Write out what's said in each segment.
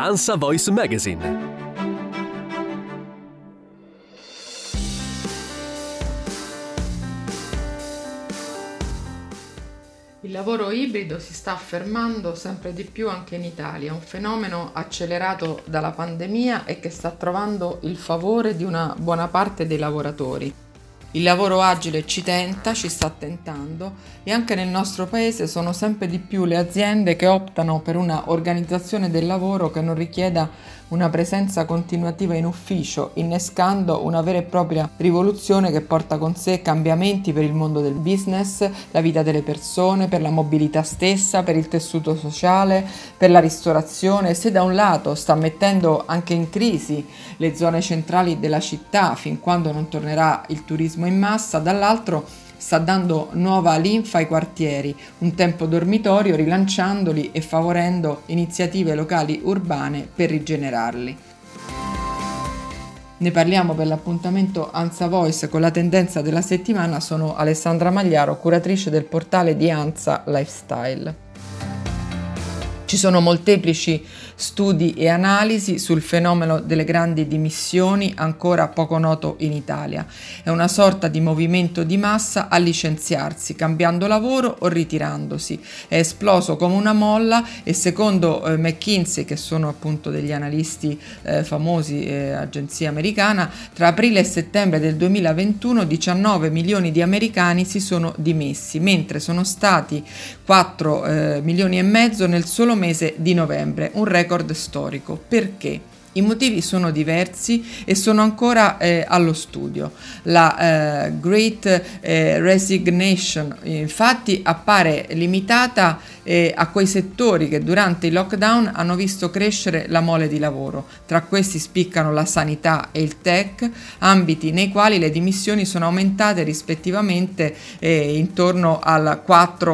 ANSA Voice Magazine. Il lavoro ibrido si sta affermando sempre di più anche in Italia, un fenomeno accelerato dalla pandemia e che sta trovando il favore di una buona parte dei lavoratori. Il lavoro agile ci tenta, ci sta tentando e anche nel nostro paese sono sempre di più le aziende che optano per una organizzazione del lavoro che non richieda una presenza continuativa in ufficio, innescando una vera e propria rivoluzione che porta con sé cambiamenti per il mondo del business, la vita delle persone, per la mobilità stessa, per il tessuto sociale, per la ristorazione. Se da un lato sta mettendo anche in crisi le zone centrali della città fin quando non tornerà il turismo in massa, dall'altro sta dando nuova linfa ai quartieri, un tempo dormitorio, rilanciandoli e favorendo iniziative locali urbane per rigenerarli. Ne parliamo per l'appuntamento ANSA Voice con la tendenza della settimana. Sono Alessandra Magliaro, curatrice del portale di ANSA Lifestyle. Ci sono molteplici studi e analisi sul fenomeno delle grandi dimissioni, ancora poco noto in Italia. È una sorta di movimento di massa a licenziarsi, cambiando lavoro o ritirandosi. È esploso come una molla e secondo McKinsey, che sono appunto degli analisti famosi, agenzia americana, tra aprile e settembre del 2021 19 milioni di americani si sono dimessi, mentre sono stati 4 milioni e mezzo nel solo mese di novembre, un record storico. Perché? I motivi sono diversi e sono ancora allo studio. La Great Resignation infatti appare limitata a quei settori che durante il lockdown hanno visto crescere la mole di lavoro. Tra questi spiccano la sanità e il tech, ambiti nei quali le dimissioni sono aumentate rispettivamente intorno al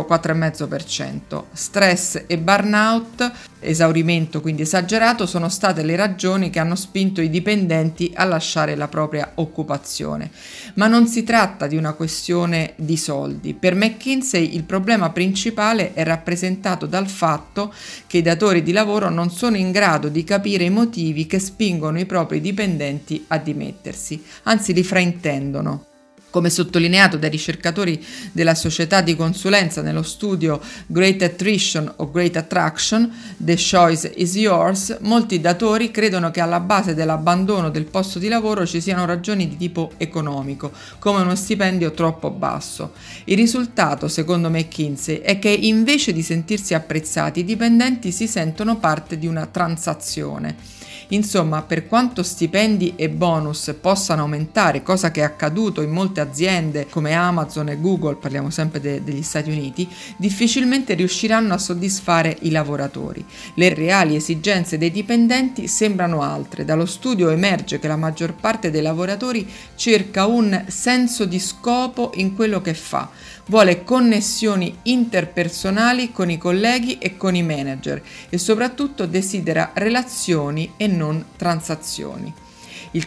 4-4,5%. Stress e burnout, esaurimento quindi esagerato, sono state le ragioni che hanno spinto i dipendenti a lasciare la propria occupazione. Ma non si tratta di una questione di soldi. Per McKinsey il problema principale è rappresentato dal fatto che i datori di lavoro non sono in grado di capire i motivi che spingono i propri dipendenti a dimettersi, anzi li fraintendono. Come sottolineato dai ricercatori della società di consulenza nello studio Great Attrition o Great Attraction, The Choice is Yours, molti datori credono che alla base dell'abbandono del posto di lavoro ci siano ragioni di tipo economico, come uno stipendio troppo basso. Il risultato, secondo McKinsey, è che invece di sentirsi apprezzati, i dipendenti si sentono parte di una transazione. Insomma, per quanto stipendi e bonus possano aumentare, cosa che è accaduto in molte aziende come Amazon e Google, parliamo sempre degli Stati Uniti, difficilmente riusciranno a soddisfare i lavoratori. Le reali esigenze dei dipendenti sembrano altre. Dallo studio emerge che la maggior parte dei lavoratori cerca un senso di scopo in quello che fa, vuole connessioni interpersonali con i colleghi e con i manager e soprattutto desidera relazioni e non transazioni. Il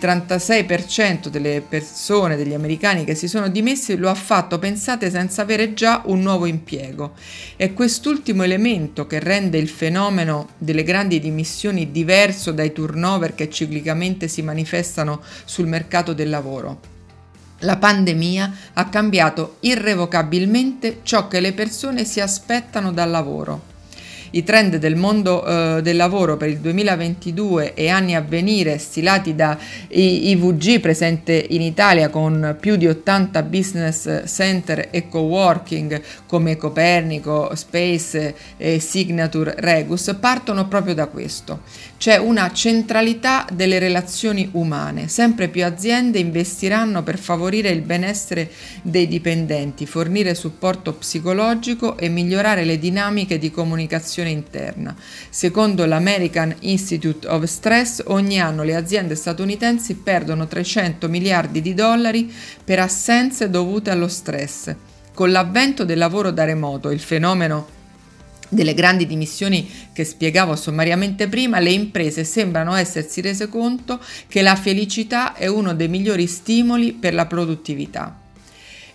36% delle persone, degli americani che si sono dimessi, lo ha fatto, pensate, senza avere già un nuovo impiego. È quest'ultimo elemento che rende il fenomeno delle grandi dimissioni diverso dai turnover che ciclicamente si manifestano sul mercato del lavoro. La pandemia ha cambiato irrevocabilmente ciò che le persone si aspettano dal lavoro. I trend del mondo del lavoro per il 2022 e anni a venire, stilati da IVG, presente in Italia con più di 80 business center e coworking come Copernico, Space e Signature Regus, partono proprio da questo. C'è una centralità delle relazioni umane. Sempre più aziende investiranno per favorire il benessere dei dipendenti, fornire supporto psicologico e migliorare le dinamiche di comunicazione interna. Secondo l'American Institute of Stress, ogni anno le aziende statunitensi perdono 300 miliardi di dollari per assenze dovute allo stress. Con l'avvento del lavoro da remoto, il fenomeno delle grandi dimissioni che spiegavo sommariamente prima, le imprese sembrano essersi rese conto che la felicità è uno dei migliori stimoli per la produttività.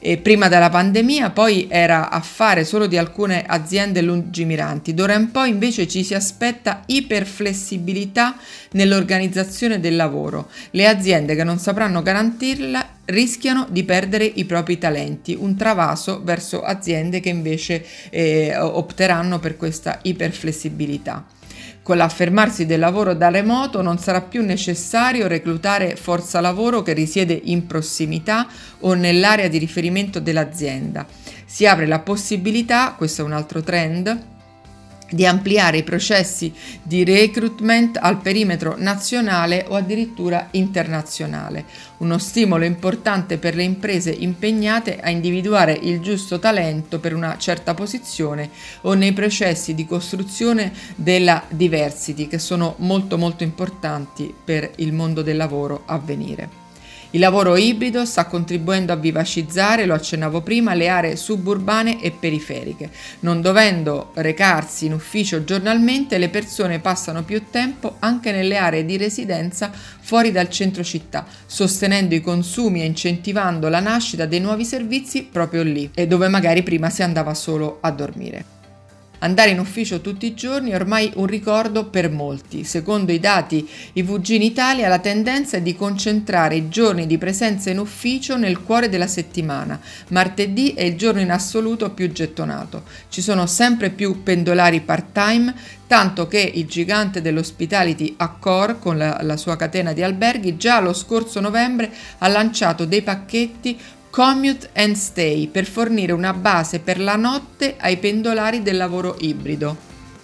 prima della pandemia poi era affare solo di alcune aziende lungimiranti. D'ora in poi invece ci si aspetta iperflessibilità nell'organizzazione del lavoro. Le aziende che non sapranno garantirla rischiano di perdere i propri talenti, un travaso verso aziende che invece opteranno per questa iperflessibilità. Con l'affermarsi del lavoro da remoto non sarà più necessario reclutare forza lavoro che risiede in prossimità o nell'area di riferimento dell'azienda. Si apre la possibilità, questo è un altro trend, di ampliare i processi di recruitment al perimetro nazionale o addirittura internazionale. Uno stimolo importante per le imprese impegnate a individuare il giusto talento per una certa posizione o nei processi di costruzione della diversity, che sono molto importanti per il mondo del lavoro a venire. Il lavoro ibrido sta contribuendo a vivacizzare, lo accennavo prima, le aree suburbane e periferiche. Non dovendo recarsi in ufficio giornalmente, le persone passano più tempo anche nelle aree di residenza fuori dal centro città, sostenendo i consumi e incentivando la nascita dei nuovi servizi proprio lì, e dove magari prima si andava solo a dormire. Andare in ufficio tutti i giorni è ormai un ricordo per molti. Secondo i dati IWG in Italia, la tendenza è di concentrare i giorni di presenza in ufficio nel cuore della settimana. Martedì è il giorno in assoluto più gettonato. Ci sono sempre più pendolari part-time, tanto che il gigante dell'hospitality Accor, con la sua catena di alberghi, già lo scorso novembre ha lanciato dei pacchetti Commute and Stay per fornire una base per la notte ai pendolari del lavoro ibrido.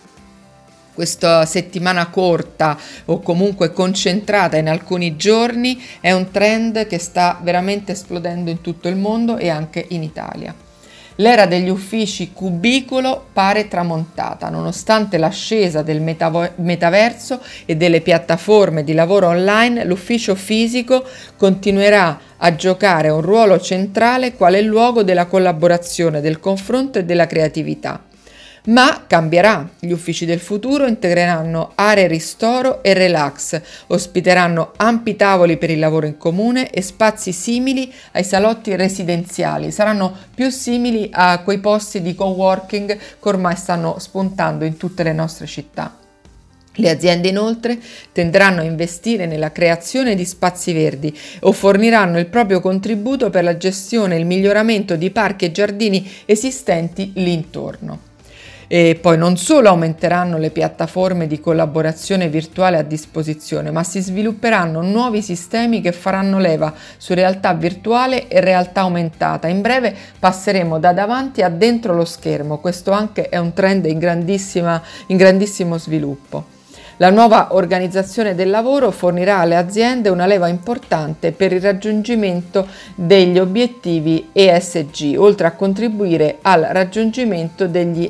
Questa settimana corta o comunque concentrata in alcuni giorni è un trend che sta veramente esplodendo in tutto il mondo e anche in Italia. L'era degli uffici cubicolo pare tramontata, nonostante l'ascesa del metaverso e delle piattaforme di lavoro online, l'ufficio fisico continuerà a giocare un ruolo centrale quale luogo della collaborazione, del confronto e della creatività. Ma cambierà. Gli uffici del futuro integreranno aree ristoro e relax, ospiteranno ampi tavoli per il lavoro in comune e spazi simili ai salotti residenziali. Saranno più simili a quei posti di coworking che ormai stanno spuntando in tutte le nostre città. Le aziende inoltre tenderanno a investire nella creazione di spazi verdi o forniranno il proprio contributo per la gestione e il miglioramento di parchi e giardini esistenti lì intorno. E poi non solo aumenteranno le piattaforme di collaborazione virtuale a disposizione, ma si svilupperanno nuovi sistemi che faranno leva su realtà virtuale e realtà aumentata. In breve passeremo da davanti a dentro lo schermo. Questo anche è un trend in grandissimo sviluppo. La nuova organizzazione del lavoro fornirà alle aziende una leva importante per il raggiungimento degli obiettivi ESG, oltre a contribuire al raggiungimento degli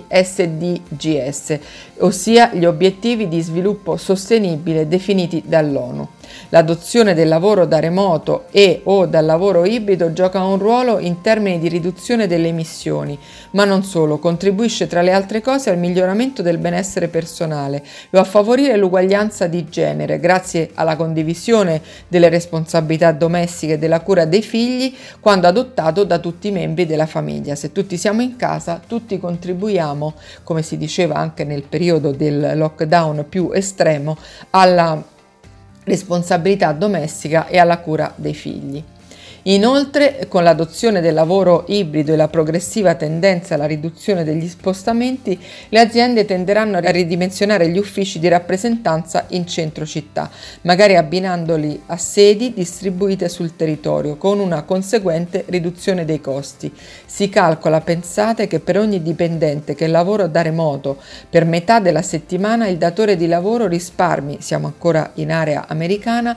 SDGs, ossia gli obiettivi di sviluppo sostenibile definiti dall'ONU. L'adozione del lavoro da remoto o dal lavoro ibrido gioca un ruolo in termini di riduzione delle emissioni, ma non solo, contribuisce tra le altre cose al miglioramento del benessere personale e a favorire l'uguaglianza di genere grazie alla condivisione delle responsabilità domestiche e della cura dei figli quando adottato da tutti i membri della famiglia. Se tutti siamo in casa, tutti contribuiamo, come si diceva anche nel periodo del lockdown più estremo, alla responsabilità domestica e alla cura dei figli. Inoltre, con l'adozione del lavoro ibrido e la progressiva tendenza alla riduzione degli spostamenti, le aziende tenderanno a ridimensionare gli uffici di rappresentanza in centro città, magari abbinandoli a sedi distribuite sul territorio, con una conseguente riduzione dei costi. Si calcola, pensate, che per ogni dipendente che lavora da remoto per metà della settimana il datore di lavoro risparmi, siamo ancora in area americana,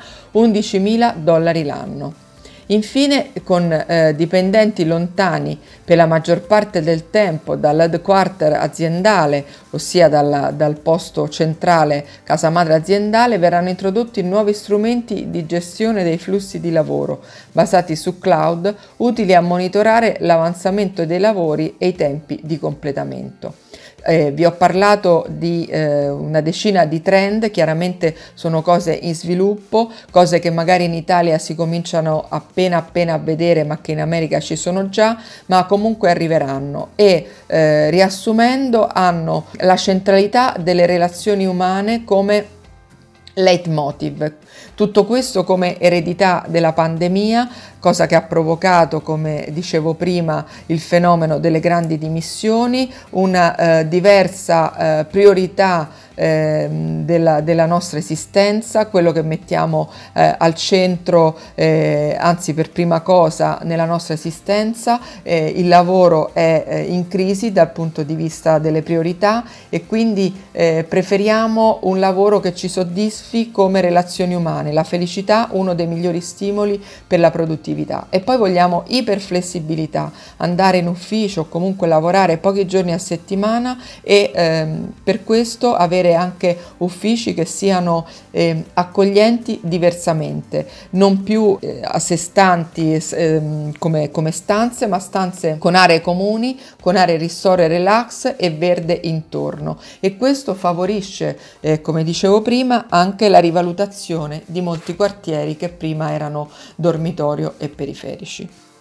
$11.000 l'anno. Infine, con dipendenti lontani per la maggior parte del tempo dall'headquarter aziendale, ossia dal posto centrale casa madre aziendale, verranno introdotti nuovi strumenti di gestione dei flussi di lavoro basati su cloud, utili a monitorare l'avanzamento dei lavori e i tempi di completamento. Vi ho parlato di una decina di trend, chiaramente sono cose in sviluppo, cose che magari in Italia si cominciano appena a vedere, ma che in America ci sono già, ma comunque arriveranno e riassumendo hanno la centralità delle relazioni umane come leitmotiv. Tutto questo come eredità della pandemia, cosa che ha provocato, come dicevo prima, il fenomeno delle grandi dimissioni, una diversa priorità della nostra esistenza, quello che mettiamo al centro, anzi per prima cosa nella nostra esistenza. Il lavoro è in crisi dal punto di vista delle priorità e quindi preferiamo un lavoro che ci soddisfi come relazioni umane, la felicità uno dei migliori stimoli per la produttività, e poi vogliamo iperflessibilità, andare in ufficio o comunque lavorare pochi giorni a settimana e per questo avere anche uffici che siano accoglienti diversamente, non più a sé stanti come stanze, ma stanze con aree comuni, con aree ristoro e relax e verde intorno, e questo favorisce, come dicevo prima, anche la rivalutazione di molti quartieri che prima erano dormitorio e periferici.